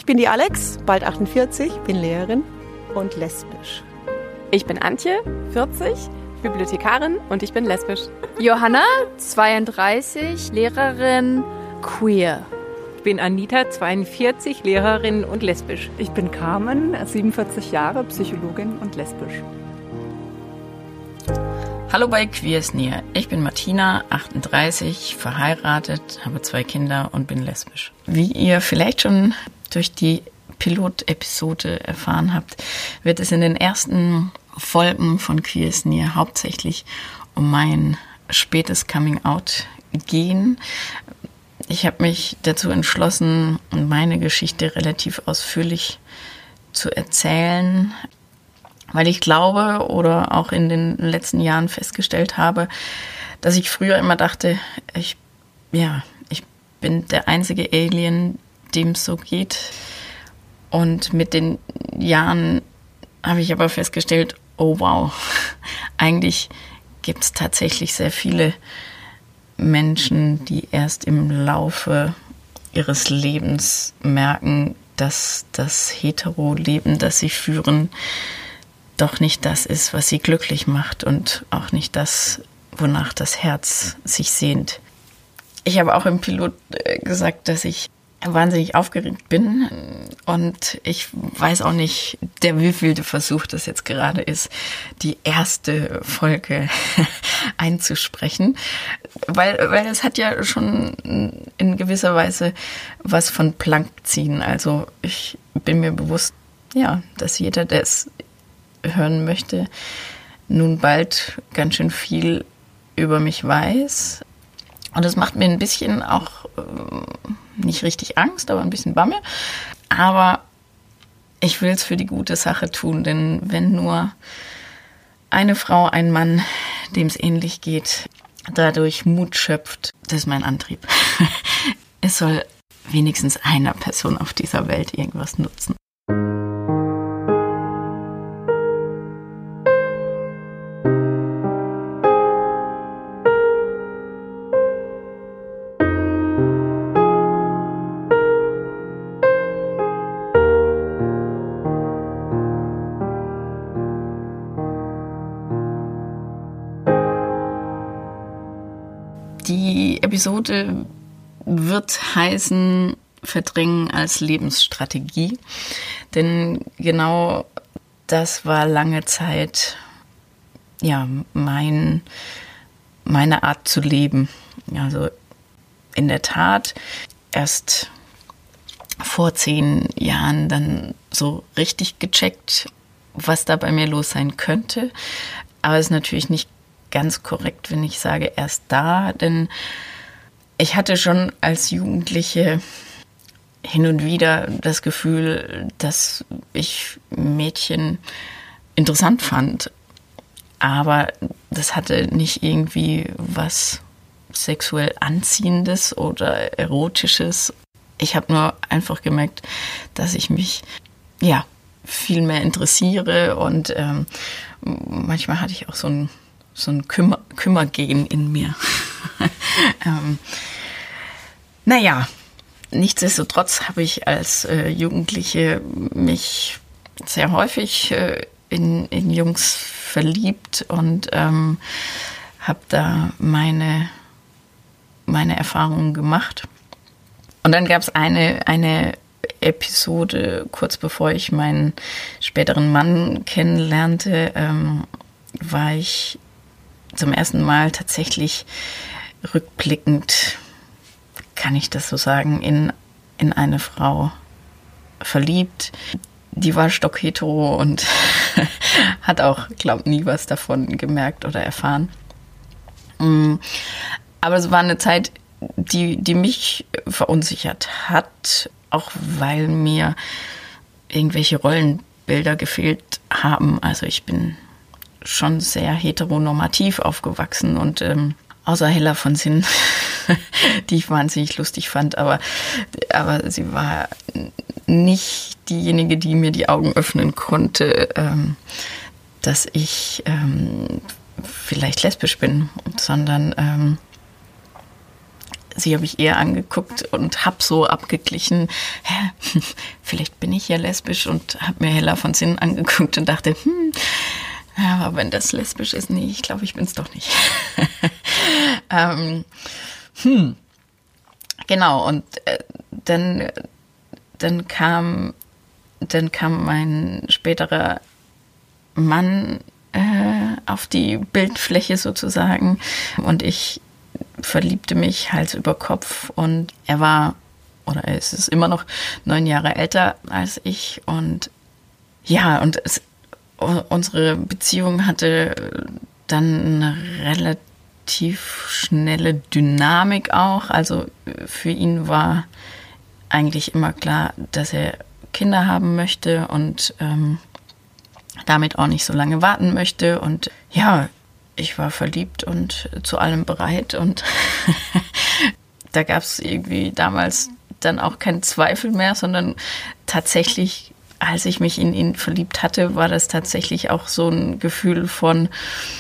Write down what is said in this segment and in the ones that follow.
bin die Alex, bald 48, bin Lehrerin und lesbisch. Ich bin Antje, 40, Bibliothekarin und ich bin lesbisch. Johanna, 32, Lehrerin, queer. Ich bin Anita, 42, Lehrerin und lesbisch. Ich bin Carmen, 47 Jahre, Psychologin und lesbisch. Hallo bei Queers Near. Ich bin Martina, 38, verheiratet, habe 2 Kinder und bin lesbisch. Wie ihr vielleicht schon durch die Pilot-Episode erfahren habt, wird es in den ersten Folgen von Queers Near hauptsächlich um mein spätes Coming-out gehen. Ich habe mich dazu entschlossen, meine Geschichte relativ ausführlich zu erzählen, weil ich glaube oder auch in den letzten Jahren festgestellt habe, dass ich früher immer dachte, ich bin der einzige Alien, dem es so geht. Und mit den Jahren habe ich aber festgestellt, oh wow, eigentlich gibt es tatsächlich sehr viele Menschen, die erst im Laufe ihres Lebens merken, dass das Hetero-Leben, das sie führen, doch nicht das ist, was sie glücklich macht und auch nicht das, wonach das Herz sich sehnt. Ich habe auch im Pilot gesagt, dass ich wahnsinnig aufgeregt bin und ich weiß auch nicht, der wievielte Versuch das jetzt gerade ist, die erste Folge einzusprechen, weil es hat ja schon in gewisser Weise was von Planck ziehen. Also ich bin mir bewusst, dass jeder, der es hören möchte, nun bald ganz schön viel über mich weiß. Und das macht mir ein bisschen auch nicht richtig Angst, aber ein bisschen Bammel. Aber ich will es für die gute Sache tun, denn wenn nur eine Frau, ein Mann, dem es ähnlich geht, dadurch Mut schöpft, das ist mein Antrieb. Es soll wenigstens einer Person auf dieser Welt irgendwas nutzen. Die Episode wird heißen Verdrängen als Lebensstrategie, denn genau das war lange Zeit meine Art zu leben. Also in der Tat erst vor 10 Jahren dann so richtig gecheckt, was da bei mir los sein könnte, aber es ist natürlich nicht ganz korrekt, wenn ich sage erst da, denn ich hatte schon als Jugendliche hin und wieder das Gefühl, dass ich Mädchen interessant fand, aber das hatte nicht irgendwie was sexuell Anziehendes oder Erotisches. Ich habe nur einfach gemerkt, dass ich mich viel mehr interessiere und manchmal hatte ich auch so ein Kümmergehen in mir. Nichtsdestotrotz habe ich als Jugendliche mich sehr häufig in Jungs verliebt und habe da meine Erfahrungen gemacht. Und dann gab es eine Episode, kurz bevor ich meinen späteren Mann kennenlernte, war ich zum ersten Mal tatsächlich rückblickend, kann ich das so sagen, in eine Frau verliebt. Die war stockhetero und hat auch, nie was davon gemerkt oder erfahren. Aber es war eine Zeit, die mich verunsichert hat, auch weil mir irgendwelche Rollenbilder gefehlt haben. Also ich bin schon sehr heteronormativ aufgewachsen und außer Hella von Sinn, die ich wahnsinnig lustig fand, aber sie war nicht diejenige, die mir die Augen öffnen konnte, dass ich vielleicht lesbisch bin, sondern sie habe ich eher angeguckt und habe so abgeglichen, vielleicht bin ich ja lesbisch, und habe mir Hella von Sinnen angeguckt und dachte, ja, aber wenn das lesbisch ist, nee, ich glaube, ich bin es doch nicht. Genau, und dann kam mein späterer Mann auf die Bildfläche sozusagen, und ich verliebte mich Hals über Kopf, und er ist es immer noch 9 Jahre älter als ich, und ja, und unsere Beziehung hatte dann eine relativ schnelle Dynamik auch. Also für ihn war eigentlich immer klar, dass er Kinder haben möchte und damit auch nicht so lange warten möchte. Und ja, ich war verliebt und zu allem bereit. Und da gab es irgendwie damals dann auch keinen Zweifel mehr, sondern tatsächlich, als ich mich in ihn verliebt hatte, war das tatsächlich auch so ein Gefühl von,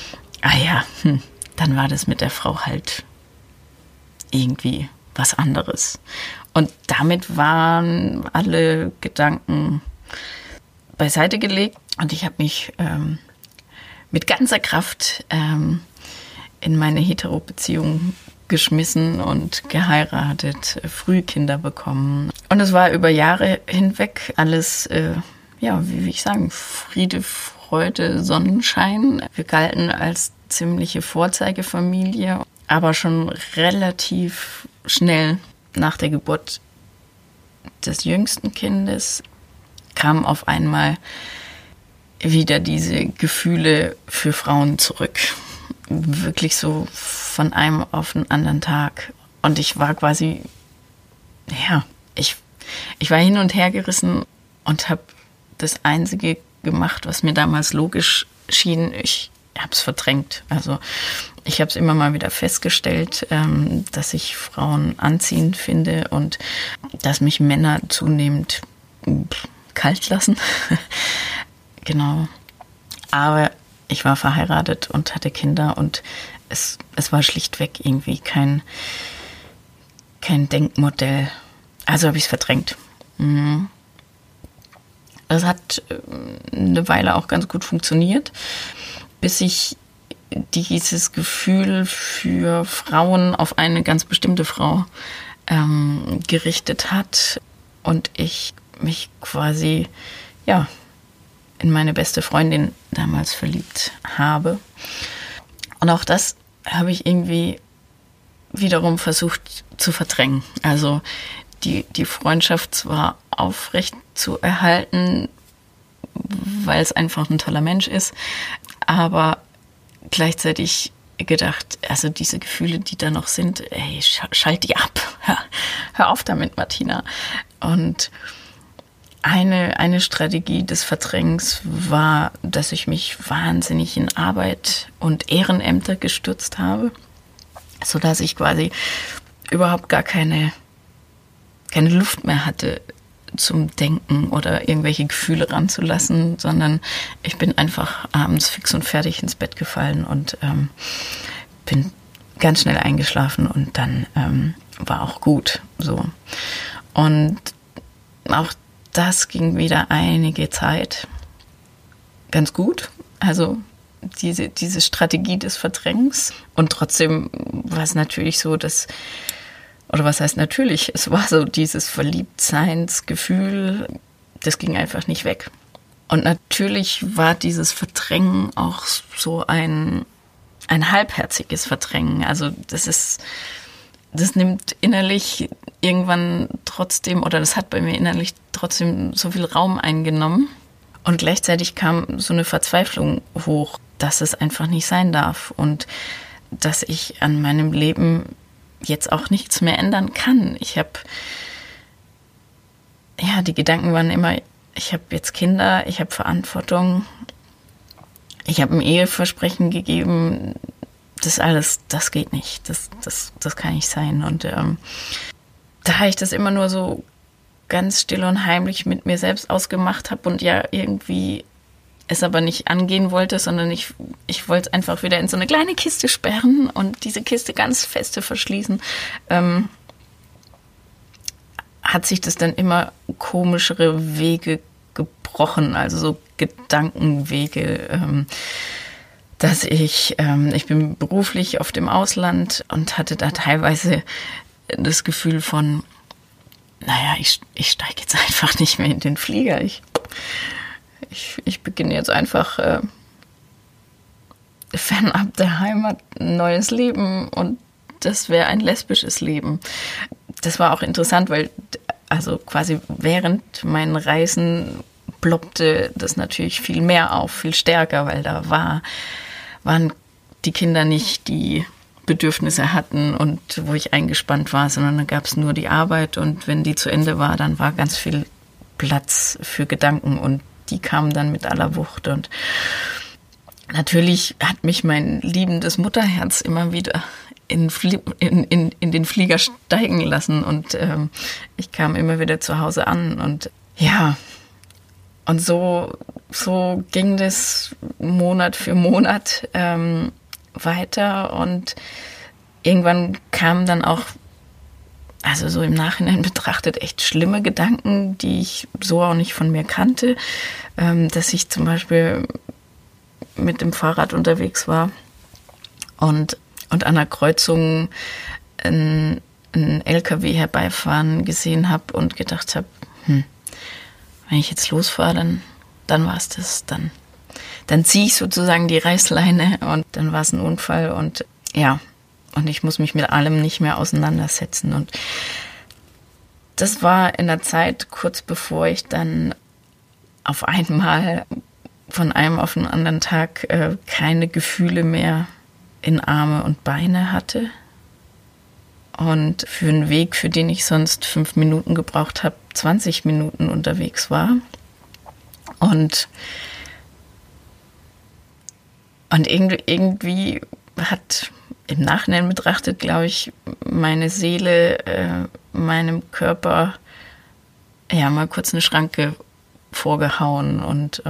dann war das mit der Frau halt irgendwie was anderes. Und damit waren alle Gedanken beiseite gelegt, und ich habe mich mit ganzer Kraft in meine Hetero-Beziehung geschmissen und geheiratet, früh Kinder bekommen. Und es war über Jahre hinweg alles, wie will ich sagen, Friede, Freude, Sonnenschein. Wir galten als ziemliche Vorzeigefamilie, aber schon relativ schnell nach der Geburt des jüngsten Kindes kamen auf einmal wieder diese Gefühle für Frauen zurück. Wirklich so von einem auf den anderen Tag. Und ich war quasi, ich war hin und her gerissen und habe das Einzige gemacht, was mir damals logisch schien. Ich habe es verdrängt. Also ich habe es immer mal wieder festgestellt, dass ich Frauen anziehend finde und dass mich Männer zunehmend kalt lassen. Genau. Aber ich war verheiratet und hatte Kinder, und es war schlichtweg irgendwie kein Denkmodell. Also habe ich es verdrängt. Das hat eine Weile auch ganz gut funktioniert, bis ich dieses Gefühl für Frauen auf eine ganz bestimmte Frau gerichtet hat und ich mich quasi, in meine beste Freundin damals verliebt habe. Und auch das habe ich irgendwie wiederum versucht zu verdrängen. Also die Freundschaft zwar aufrecht zu erhalten, weil es einfach ein toller Mensch ist, aber gleichzeitig gedacht, also diese Gefühle, die da noch sind, schalt die ab. Hör auf damit, Martina. Und eine Strategie des Verdrängens war, dass ich mich wahnsinnig in Arbeit und Ehrenämter gestürzt habe, sodass ich quasi überhaupt gar keine Luft mehr hatte zum Denken oder irgendwelche Gefühle ranzulassen, sondern ich bin einfach abends fix und fertig ins Bett gefallen und bin ganz schnell eingeschlafen, und dann war auch gut so. Und auch das ging wieder einige Zeit ganz gut. Also diese Strategie des Verdrängens. Und trotzdem war es natürlich so, oder was heißt natürlich, es war so dieses Verliebtseinsgefühl, das ging einfach nicht weg. Und natürlich war dieses Verdrängen auch so ein halbherziges Verdrängen. Also das nimmt innerlich irgendwann trotzdem, oder das hat bei mir innerlich trotzdem so viel Raum eingenommen. Und gleichzeitig kam so eine Verzweiflung hoch, dass es einfach nicht sein darf und dass ich an meinem Leben jetzt auch nichts mehr ändern kann. Die Gedanken waren immer, ich habe jetzt Kinder, ich habe Verantwortung, ich habe ein Eheversprechen gegeben, das alles, das geht nicht, das kann nicht sein. Und da ich das immer nur so ganz still und heimlich mit mir selbst ausgemacht habe und ja irgendwie es aber nicht angehen wollte, sondern ich wollte es einfach wieder in so eine kleine Kiste sperren und diese Kiste ganz feste verschließen, hat sich das dann immer komischere Wege gebrochen, also so Gedankenwege, dass ich bin beruflich oft im Ausland und hatte da teilweise das Gefühl von, naja, ich steige jetzt einfach nicht mehr in den Flieger. Ich beginne jetzt einfach fernab der Heimat ein neues Leben und das wäre ein lesbisches Leben. Das war auch interessant, weil also quasi während meinen Reisen ploppte das natürlich viel mehr auf, viel stärker, weil da waren die Kinder nicht, die Bedürfnisse hatten und wo ich eingespannt war, sondern da gab es nur die Arbeit und wenn die zu Ende war, dann war ganz viel Platz für Gedanken und die kamen dann mit aller Wucht und natürlich hat mich mein liebendes Mutterherz immer wieder in den Flieger steigen lassen und ich kam immer wieder zu Hause an und ja, und so ging das Monat für Monat weiter und irgendwann kamen dann auch, also so im Nachhinein betrachtet, echt schlimme Gedanken, die ich so auch nicht von mir kannte, dass ich zum Beispiel mit dem Fahrrad unterwegs war und an einer Kreuzung einen LKW herbeifahren gesehen habe und gedacht habe, wenn ich jetzt losfahre, dann war es das, dann ziehe ich sozusagen die Reißleine und dann war es ein Unfall und ja, und ich muss mich mit allem nicht mehr auseinandersetzen. Und das war in der Zeit, kurz bevor ich dann auf einmal von einem auf den anderen Tag keine Gefühle mehr in Arme und Beine hatte. Und für einen Weg, für den ich sonst 5 Minuten gebraucht habe, 20 Minuten unterwegs war. Und irgendwie hat im Nachhinein betrachtet, glaube ich, meine Seele meinem Körper ja mal kurz eine Schranke vorgehauen. Und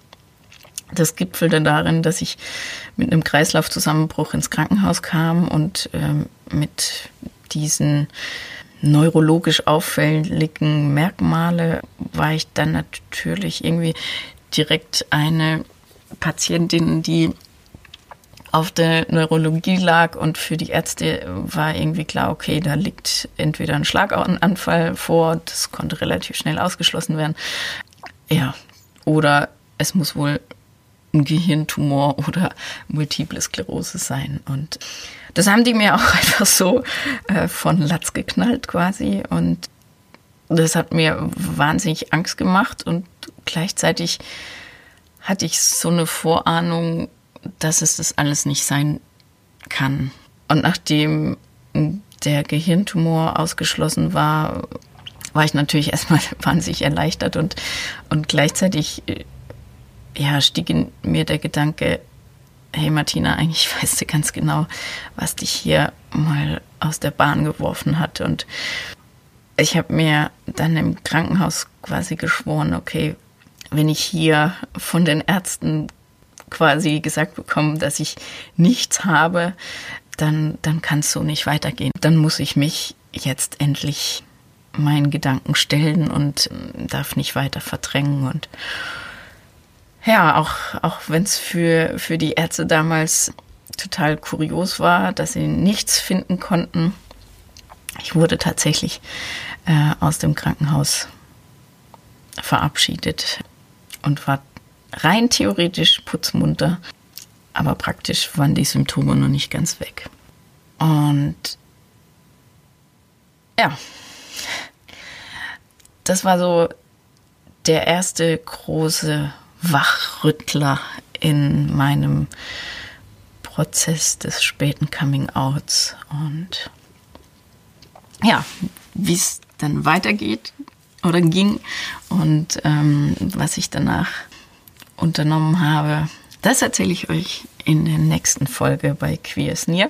das gipfelte darin, dass ich mit einem Kreislaufzusammenbruch ins Krankenhaus kam und mit diesen neurologisch auffälligen Merkmale war ich dann natürlich irgendwie direkt eine Patientin, die auf der Neurologie lag und für die Ärzte war irgendwie klar, okay, da liegt entweder ein Schlaganfall vor, das konnte relativ schnell ausgeschlossen werden, ja, oder es muss wohl ein Gehirntumor oder Multiple Sklerose sein. Und das haben die mir auch einfach so von Latz geknallt quasi. Und das hat mir wahnsinnig Angst gemacht. Und gleichzeitig hatte ich so eine Vorahnung, dass es das alles nicht sein kann. Und nachdem der Gehirntumor ausgeschlossen war, war ich natürlich erstmal wahnsinnig erleichtert. Und gleichzeitig ja, stieg in mir der Gedanke, hey Martina, eigentlich weißt du ganz genau, was dich hier mal aus der Bahn geworfen hat. Und ich habe mir dann im Krankenhaus quasi geschworen, okay, wenn ich hier von den Ärzten quasi gesagt bekomme, dass ich nichts habe, dann kann es so nicht weitergehen. Dann muss ich mich jetzt endlich meinen Gedanken stellen und darf nicht weiter verdrängen. Und ja, auch wenn es für die Ärzte damals total kurios war, dass sie nichts finden konnten. Ich wurde tatsächlich aus dem Krankenhaus verabschiedet und war rein theoretisch putzmunter, aber praktisch waren die Symptome noch nicht ganz weg. Und ja, das war so der erste große Wachrüttler in meinem Prozess des späten Coming-Outs. Und ja, wie es dann weitergeht oder ging und was ich danach unternommen habe, das erzähle ich euch in der nächsten Folge bei Queer is Near.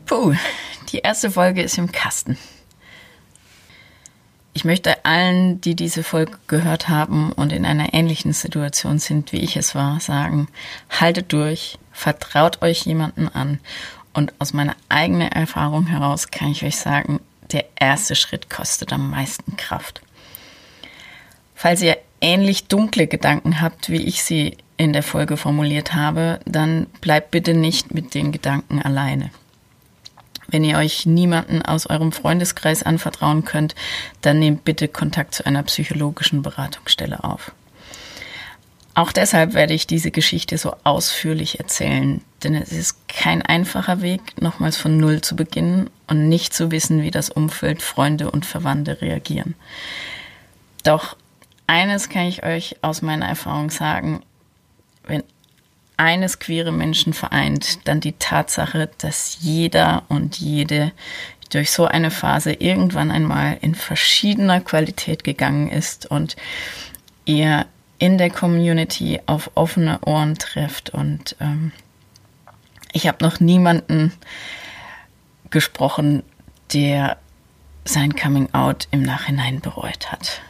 Puh, die erste Folge ist im Kasten. Ich möchte allen, die diese Folge gehört haben und in einer ähnlichen Situation sind, wie ich es war, sagen, haltet durch, vertraut euch jemanden an. Und aus meiner eigenen Erfahrung heraus kann ich euch sagen, der erste Schritt kostet am meisten Kraft. Falls ihr ähnlich dunkle Gedanken habt, wie ich sie in der Folge formuliert habe, dann bleibt bitte nicht mit den Gedanken alleine. Wenn ihr euch niemanden aus eurem Freundeskreis anvertrauen könnt, dann nehmt bitte Kontakt zu einer psychologischen Beratungsstelle auf. Auch deshalb werde ich diese Geschichte so ausführlich erzählen, denn es ist kein einfacher Weg, nochmals von Null zu beginnen und nicht zu wissen, wie das Umfeld, Freunde und Verwandte reagieren. Doch eines kann ich euch aus meiner Erfahrung sagen: Wenn eines queere Menschen vereint, dann die Tatsache, dass jeder und jede durch so eine Phase irgendwann einmal in verschiedener Qualität gegangen ist und ihr in der Community auf offene Ohren trefft. Und ich habe noch niemanden gesprochen, der sein Coming-out im Nachhinein bereut hat.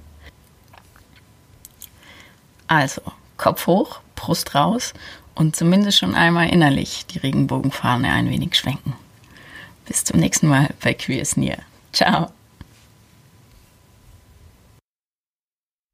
Also, Kopf hoch, Brust raus und zumindest schon einmal innerlich die Regenbogenfahne ein wenig schwenken. Bis zum nächsten Mal bei Queer is Near. Ciao.